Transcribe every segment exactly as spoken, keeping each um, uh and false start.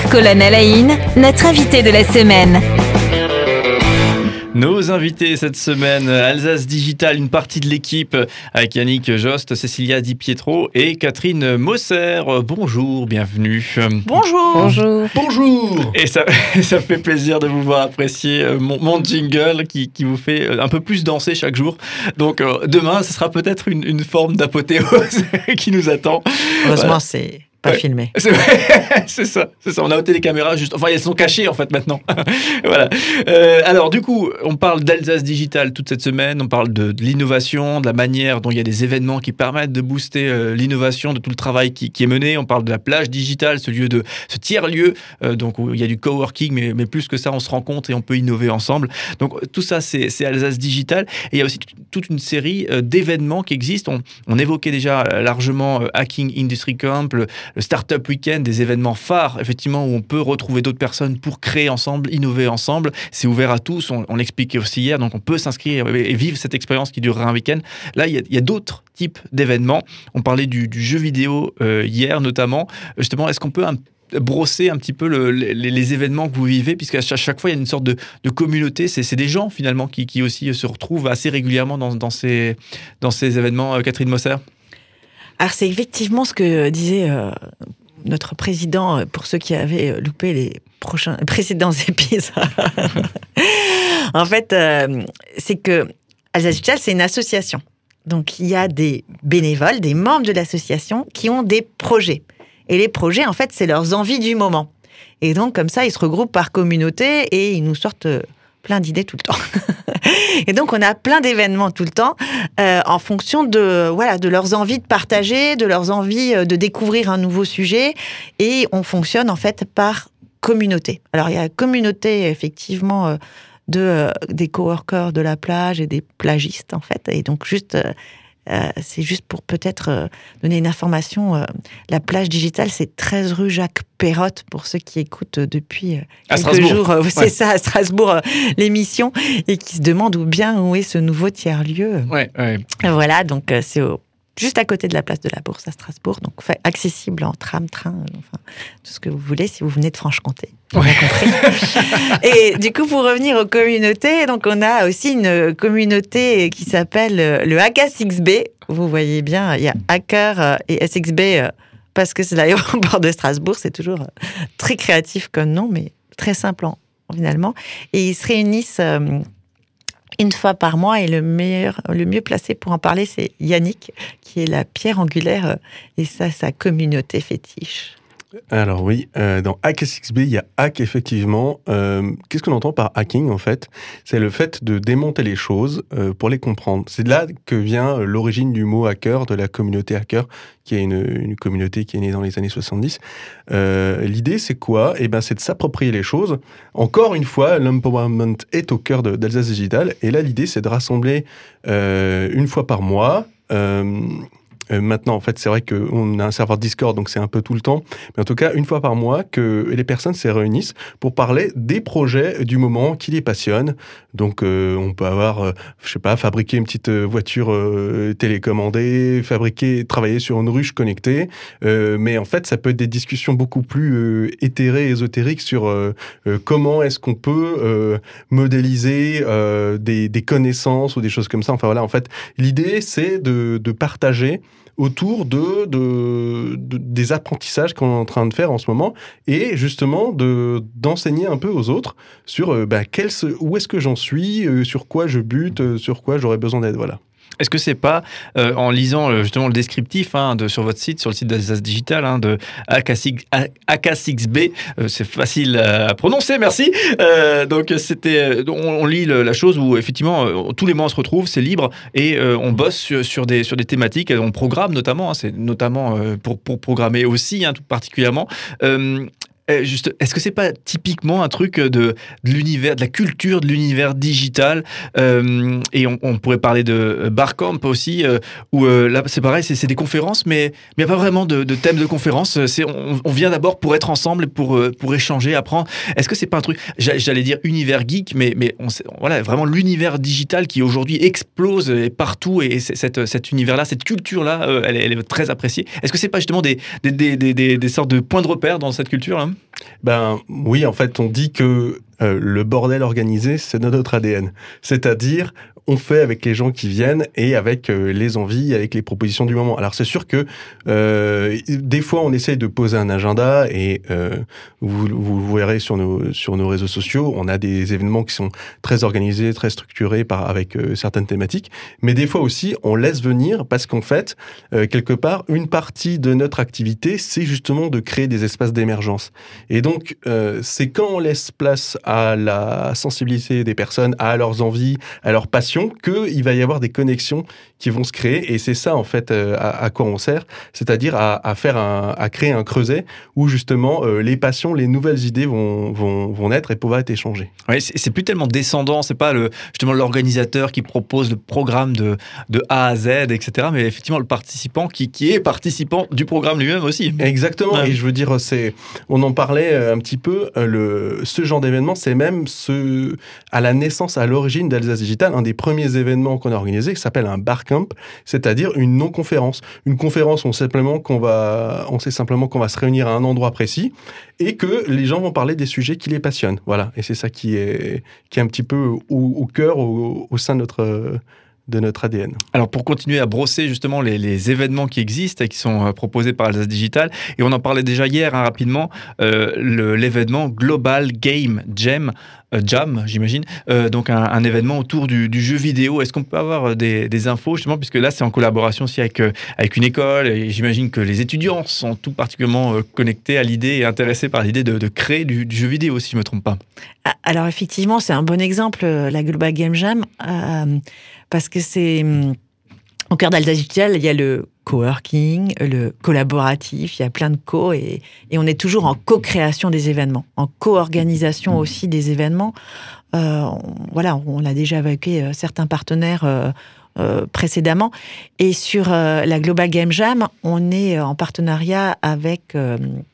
Colonne Alain, notre invité de la semaine. Nos invités cette semaine, Alsace Digital, une partie de l'équipe avec Yannick Jost, Cécilia Di Pietro et Catherine Mosser. Bonjour, bienvenue. Bonjour. Bonjour. Bonjour. Et ça, ça fait plaisir de vous voir apprécier mon, mon jingle qui, qui vous fait un peu plus danser chaque jour. Donc demain, ce sera peut-être une, une forme d'apothéose qui nous attend. Heureusement, voilà. c'est pas ouais. filmé. C'est, c'est ça, c'est ça. On a ôté les caméras juste. Enfin, elles sont cachées en fait maintenant. Voilà. Euh, alors du coup, on parle d'Alsace Digital toute cette semaine. On parle de, de l'innovation, de la manière dont il y a des événements qui permettent de booster euh, l'innovation, de tout le travail qui, qui est mené. On parle de la plage digitale, ce lieu de, ce tiers lieu, euh, donc où il y a du coworking, mais, mais plus que ça, on se rencontre et on peut innover ensemble. Donc tout ça, c'est, c'est Alsace Digital. Et il y a aussi t- toute une série euh, d'événements qui existent. On, on évoquait déjà largement euh, Hacking Industry Camp, le, le Startup Weekend, des événements phares, effectivement, où on peut retrouver d'autres personnes pour créer ensemble, innover ensemble. C'est ouvert à tous, on, on l'expliquait aussi hier, donc on peut s'inscrire et, et vivre cette expérience qui durera un week-end. Là, il y a, il y a d'autres types d'événements. On parlait du, du jeu vidéo euh, hier, notamment. Justement, est-ce qu'on peut un brosser un petit peu le, les, les événements que vous vivez, puisqu'à chaque, chaque fois, il y a une sorte de, de communauté. C'est, c'est des gens, finalement, qui, qui aussi se retrouvent assez régulièrement dans, dans, ces, dans ces événements. Euh, Catherine Mosser ? Alors, c'est effectivement ce que disait euh, notre président, pour ceux qui avaient loupé les prochains, précédents épisodes. En fait, euh, c'est que Alsace Digital, c'est une association. Donc, il y a des bénévoles, des membres de l'association qui ont des projets. Et les projets, en fait, c'est leurs envies du moment. Et donc, comme ça, ils se regroupent par communauté et ils nous sortent plein d'idées tout le temps. Et donc, on a plein d'événements tout le temps euh, en fonction de, voilà, de leurs envies de partager, de leurs envies de découvrir un nouveau sujet. Et on fonctionne, en fait, par communauté. Alors, il y a la communauté, effectivement, euh, de, euh, des coworkers de la plage et des plagistes, en fait. Et donc, juste... Euh, Euh, c'est juste pour peut-être euh, donner une information. Euh, la plage digitale, c'est treize rue Jacques Perrotte, pour ceux qui écoutent euh, depuis euh, quelques jours. Euh, c'est ouais. ça, à Strasbourg, euh, l'émission, et qui se demandent où bien où est ce nouveau tiers-lieu. Ouais, ouais. Voilà, donc euh, c'est au, juste à côté de la place de la Bourse à Strasbourg, donc accessible en tram, train, euh, enfin, tout ce que vous voulez si vous venez de Franche-Comté. On a compris. Et du coup, pour revenir aux communautés, donc on a aussi une communauté qui s'appelle le H K S X B. Vous voyez bien, il y a Hacker et S X B parce que c'est l'aéroport de Strasbourg. C'est toujours très créatif comme nom, mais très simple en, finalement. Et ils se réunissent euh, une fois par mois, et le meilleur, le mieux placé pour en parler, c'est Yannick, qui est la pierre angulaire, et ça, sa communauté fétiche. Alors oui, euh, dans H K S X B, il y a hack effectivement. Euh, qu'est-ce qu'on entend par hacking en fait ? C'est le fait de démonter les choses euh, pour les comprendre. C'est de là que vient l'origine du mot hacker, de la communauté hacker, qui est une, une communauté qui est née dans les années soixante-dix. Euh, l'idée c'est quoi ? Eh ben, c'est de s'approprier les choses. Encore une fois, l'empowerment est au cœur de, d'Alsace Digital. Et là, l'idée c'est de rassembler euh, une fois par mois... Euh, Euh, maintenant, en fait, c'est vrai qu'on a un serveur Discord, donc c'est un peu tout le temps. Mais en tout cas, une fois par mois, que les personnes se réunissent pour parler des projets du moment qui les passionnent. Donc, euh, on peut avoir, euh, je sais pas, fabriquer une petite voiture euh, télécommandée, fabriquer, travailler sur une ruche connectée. Euh, mais en fait, ça peut être des discussions beaucoup plus euh, éthérées, ésotériques sur euh, euh, comment est-ce qu'on peut euh, modéliser euh, des, des connaissances ou des choses comme ça. Enfin voilà, en fait, l'idée, c'est de, de partager autour de, de, de, des apprentissages qu'on est en train de faire en ce moment, et justement de, d'enseigner un peu aux autres sur euh, bah, quel, où est-ce que j'en suis, euh, sur quoi je bute, euh, sur quoi j'aurais besoin d'aide, voilà. Est-ce que c'est pas, euh, en lisant euh, justement le descriptif hein, de, sur votre site, sur le site d'Alsace Digital, hein, de H K S X B, euh, c'est facile à prononcer, merci. Euh, donc c'était, on, on lit le, la chose où effectivement euh, tous les mois on se retrouve, c'est libre et euh, on bosse sur, sur, des, sur des thématiques, on programme notamment, hein, c'est notamment euh, pour, pour programmer aussi, hein, tout particulièrement. Euh, Juste, est-ce que c'est pas typiquement un truc de, de l'univers, de la culture de l'univers digital euh, et on, on pourrait parler de Barcamp aussi, euh, où euh, là c'est pareil, c'est, c'est des conférences, mais il n'y a pas vraiment de, de thème de conférence. C'est, on, on vient d'abord pour être ensemble, pour, pour échanger, apprendre. Est-ce que c'est pas un truc, j'allais dire univers geek, mais, mais on, voilà, vraiment l'univers digital qui aujourd'hui explose partout et cette, cet univers-là, cette culture-là, elle, elle est très appréciée. Est-ce que c'est pas justement des, des, des, des, des sortes de points de repère dans cette culture-là ? Ben oui, en fait, on dit que euh, le bordel organisé, c'est notre A D N. C'est-à-dire, on fait avec les gens qui viennent et avec euh, les envies, avec les propositions du moment. Alors c'est sûr que euh, des fois, on essaye de poser un agenda et euh, vous, vous verrez sur nos, sur nos réseaux sociaux, on a des événements qui sont très organisés, très structurés par, avec euh, certaines thématiques. Mais des fois aussi, on laisse venir parce qu'en fait, euh, quelque part, une partie de notre activité, c'est justement de créer des espaces d'émergence. Et donc, euh, c'est quand on laisse place à la sensibilité des personnes, à leurs envies, à leurs passions, qu'il va y avoir des connexions qui vont se créer. Et c'est ça, en fait, euh, à, à quoi on sert, c'est-à-dire à, à, faire un, à créer un creuset où, justement, euh, les passions, les nouvelles idées vont, vont, vont naître et pouvoir être échangées. Oui, c'est, c'est plus tellement descendant, c'est pas le, justement l'organisateur qui propose le programme de, de A à Z, et cetera, mais effectivement le participant qui, qui est participant du programme lui-même aussi. Exactement, ouais. Et je veux dire, c'est, on en parlait un petit peu, le, ce genre d'événement, c'est même ce, à la naissance, à l'origine d'Alsace Digital, un des premiers événements qu'on a organisé qui s'appelle un barcamp, c'est-à-dire une non-conférence. Une conférence, on sait simplement qu'on va, on sait simplement qu'on va se réunir à un endroit précis et que les gens vont parler des sujets qui les passionnent. Voilà, et c'est ça qui est, qui est un petit peu au, au cœur, au, au sein de notre... de notre A D N. Alors pour continuer à brosser justement les, les événements qui existent et qui sont euh, proposés par Alsace Digital, et on en parlait déjà hier hein, rapidement, euh, le, l'événement Global Game Jam, euh, Jam j'imagine, euh, donc un, un événement autour du, du jeu vidéo. Est-ce qu'on peut avoir des, des infos justement, puisque là c'est en collaboration aussi avec, euh, avec une école, et j'imagine que les étudiants sont tout particulièrement euh, connectés à l'idée et intéressés par l'idée de, de créer du, du jeu vidéo, si je ne me trompe pas. Alors effectivement, c'est un bon exemple, la Global Game Jam, euh, parce que c'est au cœur d'Alsace Digital, il y a le coworking, le collaboratif, il y a plein de co et, et on est toujours en co-création des événements, en co-organisation aussi des événements. Euh, on, voilà, on a déjà évoqué certains partenaires euh, euh, précédemment. Et sur euh, la Global Game Jam, on est en partenariat avec euh,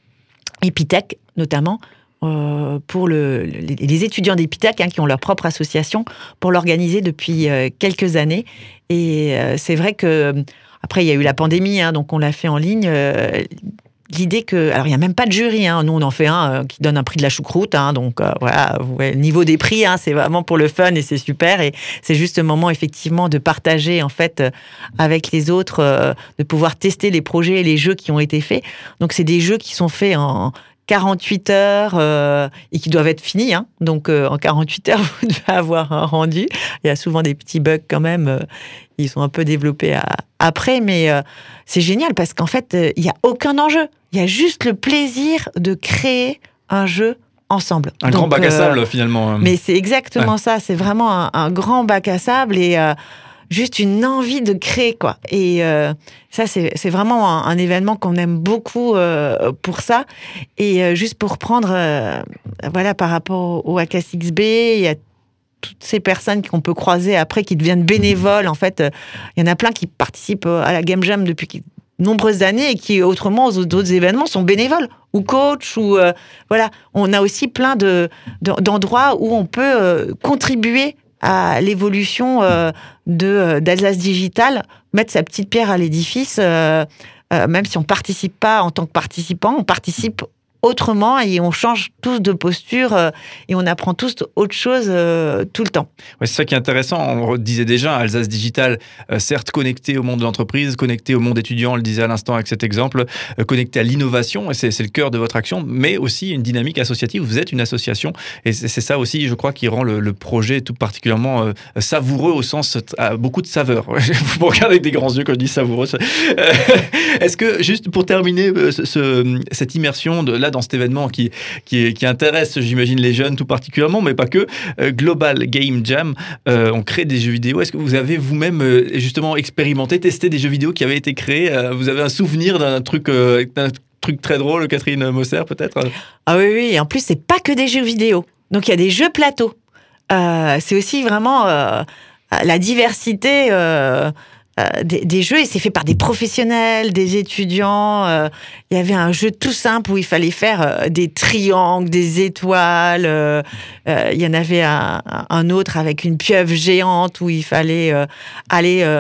Epitech notamment. Euh, pour le, les, les étudiants d'Epitech hein, qui ont leur propre association pour l'organiser depuis euh, quelques années. Et euh, c'est vrai que après il y a eu la pandémie, hein, donc on l'a fait en ligne. Euh, l'idée que, alors il y a même pas de jury, hein, nous on en fait un euh, qui donne un prix de la choucroute, hein, donc euh, voilà, ouais, le niveau des prix, hein, c'est vraiment pour le fun et c'est super. Et c'est juste le moment effectivement de partager en fait euh, avec les autres, euh, de pouvoir tester les projets et les jeux qui ont été faits. Donc c'est des jeux qui sont faits en quarante-huit heures euh, et qui doivent être finis. Hein. Donc, euh, en quarante-huit heures, vous devez avoir un rendu. Il y a souvent des petits bugs quand même. Euh, ils sont un peu développés à, après, mais euh, c'est génial parce qu'en fait, euh, il n'y a aucun enjeu. Il y a juste le plaisir de créer un jeu ensemble. Un Donc, grand bac à sable, euh, finalement. Mais c'est exactement ouais. ça. C'est vraiment un, un grand bac à sable et... Euh, juste une envie de créer, quoi. Et euh, ça, c'est, c'est vraiment un, un événement qu'on aime beaucoup euh, pour ça. Et euh, juste pour prendre, euh, voilà, par rapport au A K S X B, il y a toutes ces personnes qu'on peut croiser après, qui deviennent bénévoles. En fait, il y en a plein qui participent à la Game Jam depuis de nombreuses années et qui, autrement, aux autres événements, sont bénévoles ou coach. Ou, euh, voilà. On a aussi plein de, de, d'endroits où on peut euh, contribuer à l'évolution euh, de, d'Alsace Digital, mettre sa petite pierre à l'édifice, euh, euh, même si on ne participe pas en tant que participant, on participe autrement et on change tous de posture euh, et on apprend tous autre chose euh, tout le temps. Ouais, c'est ça qui est intéressant. On le disait déjà, Alsace Digital, euh, certes connecté au monde de l'entreprise, connecté au monde étudiant, on le disait à l'instant avec cet exemple, euh, connecté à l'innovation, et c'est, c'est le cœur de votre action, mais aussi une dynamique associative. Vous êtes une association et c'est, c'est ça aussi, je crois, qui rend le, le projet tout particulièrement euh, savoureux au sens euh, beaucoup de saveur. Vous me regardez avec des grands yeux quand je dis savoureux. Euh, est-ce que, juste pour terminer euh, ce, ce, cette immersion de, là, dans cet événement qui, qui, qui intéresse, j'imagine, les jeunes tout particulièrement, mais pas que, euh, Global Game Jam, euh, on crée des jeux vidéo. Est-ce que vous avez vous-même euh, justement expérimenté, testé des jeux vidéo qui avaient été créés euh, Vous avez un souvenir d'un truc, euh, d'un truc très drôle, Catherine Mosser, peut-être Ah oui, oui, et en plus, c'est pas que des jeux vidéo. Donc, il y a des jeux plateau. Euh, c'est aussi vraiment euh, la diversité... Euh, Euh, des, des jeux, et c'est fait par des professionnels, des étudiants. Euh, il y avait un jeu tout simple où il fallait faire euh, des triangles, des étoiles. Euh, euh, il y en avait un, un autre avec une pieuvre géante où il fallait euh, aller euh,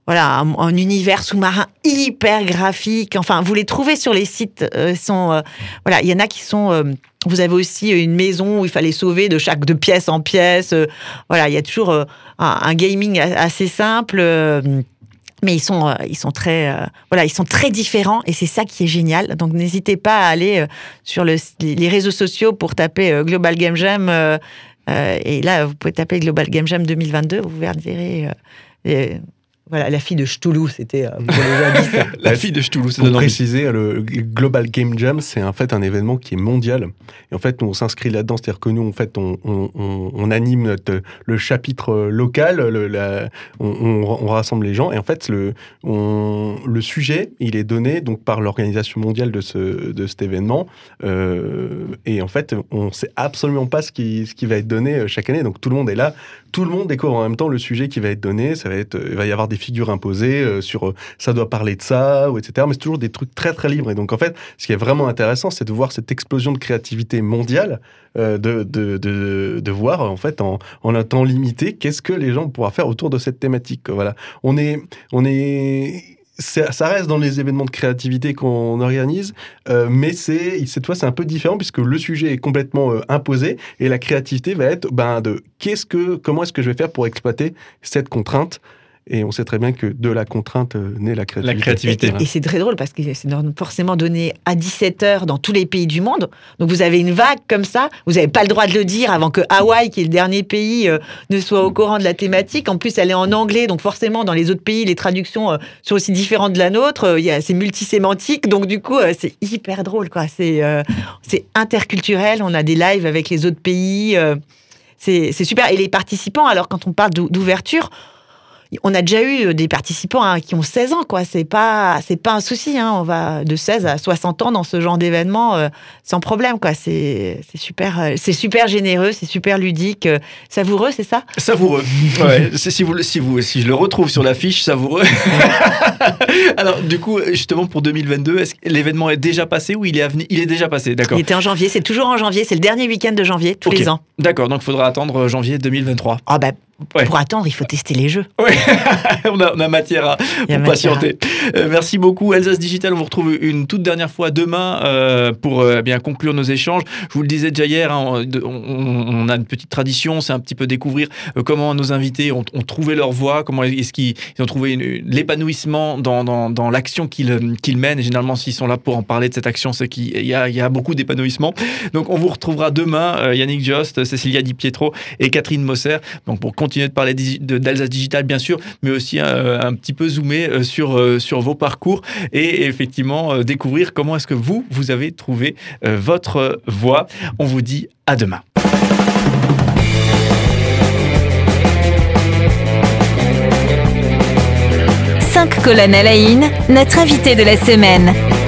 voilà, un, un univers sous-marin hyper graphique. Enfin, vous les trouvez sur les sites. Euh, sont, euh, voilà, il y en a qui sont. Euh, vous avez aussi une maison où il fallait sauver de chaque de pièce en pièce. Euh, voilà, il y a toujours euh, un, un gaming assez simple. Euh, mais ils sont, euh, ils sont très, euh, voilà, ils sont très différents et c'est ça qui est génial. Donc n'hésitez pas à aller euh, sur le, les réseaux sociaux pour taper euh, Global Game Jam. Euh, euh, et là, vous pouvez taper Global Game Jam deux mille vingt-deux. Vous verrez. Euh, euh, Voilà, la fille de Cthulhu, c'était euh, pour les amis, ça. La fille de Cthulhu, c'est pour préciser, le Global Game Jam, c'est en fait un événement qui est mondial. Et en fait, nous, on s'inscrit là-dedans, c'est-à-dire que nous, en fait, on, on, on, on anime notre, le chapitre local, le, la, on, on, on rassemble les gens. Et en fait, le, on, le sujet, il est donné donc par l'organisation mondiale de, ce, de cet événement. Euh, et en fait, on ne sait absolument pas ce qui, ce qui va être donné chaque année. Donc, tout le monde est là. Tout le monde découvre en même temps le sujet qui va être donné. Ça va être, il va y avoir des figures imposées euh, sur euh, ça doit parler de ça, ou et cetera. Mais c'est toujours des trucs très très libres. Et donc en fait, ce qui est vraiment intéressant, c'est de voir cette explosion de créativité mondiale, euh, de, de, de, de voir en fait en, en un temps limité, qu'est-ce que les gens vont pouvoir faire autour de cette thématique. Voilà. On est, on est Ça, ça reste dans les événements de créativité qu'on organise, euh, mais c'est, cette fois, c'est un peu différent puisque le sujet est complètement euh, imposé et la créativité va être ben, de qu'est-ce que, comment est-ce que je vais faire pour exploiter cette contrainte. Et on sait très bien que de la contrainte euh, naît la créativité. La créativité. Et, et c'est très drôle parce que c'est forcément donné à dix-sept heures dans tous les pays du monde. Donc vous avez une vague comme ça. Vous n'avez pas le droit de le dire avant que Hawaï, qui est le dernier pays, euh, ne soit au courant de la thématique. En plus, elle est en anglais. Donc forcément, dans les autres pays, les traductions euh, sont aussi différentes de la nôtre. Euh, y a, c'est multisémantique. Donc du coup, euh, c'est hyper drôle, quoi. C'est, euh, c'est interculturel. On a des lives avec les autres pays. Euh, c'est, c'est super. Et les participants, alors quand on parle d'ouverture, on a déjà eu des participants hein, qui ont seize ans, quoi. C'est pas, c'est pas un souci. Hein. On va de seize à soixante ans dans ce genre d'événement euh, sans problème, quoi. C'est, c'est super, euh, c'est super généreux, c'est super ludique, euh, savoureux, c'est ça ? Savoureux. Ouais. c'est, si vous, si vous, si je le retrouve sur l'affiche, savoureux. Alors, du coup, justement pour deux mille vingt-deux, est-ce que l'événement est déjà passé ou il est à venir ? Il est déjà passé, d'accord. Il était en janvier. C'est toujours en janvier. C'est le dernier week-end de janvier tous okay. les ans. D'accord. Donc, il faudra attendre janvier deux mille vingt-trois. Ah ben. Ouais. Pour attendre, il faut tester les jeux. Oui, on, a, on a matière à pour patienter. Euh, merci beaucoup, Alsace Digital. On vous retrouve une toute dernière fois demain euh, pour euh, bien conclure nos échanges. Je vous le disais déjà hier, hein, on, on, on a une petite tradition, c'est un petit peu découvrir euh, comment nos invités ont, ont trouvé leur voie, comment est-ce qu'ils ils ont trouvé une, l'épanouissement dans, dans, dans l'action qu'ils, qu'ils mènent. Et généralement, s'ils sont là pour en parler de cette action, c'est qu'il y a, il y a beaucoup d'épanouissement. Donc, on vous retrouvera demain, euh, Yannick Jost, Cécilia Di Pietro et Catherine Mosser. Donc, pour continuer de parler d'Alsace Digital, bien sûr, mais aussi euh, un petit peu zoomer euh, sur, euh, sur vos parcours et effectivement euh, découvrir comment est-ce que vous, vous avez trouvé euh, votre voie. On vous dit à demain. cinq colonnes à la une, notre invité de la semaine.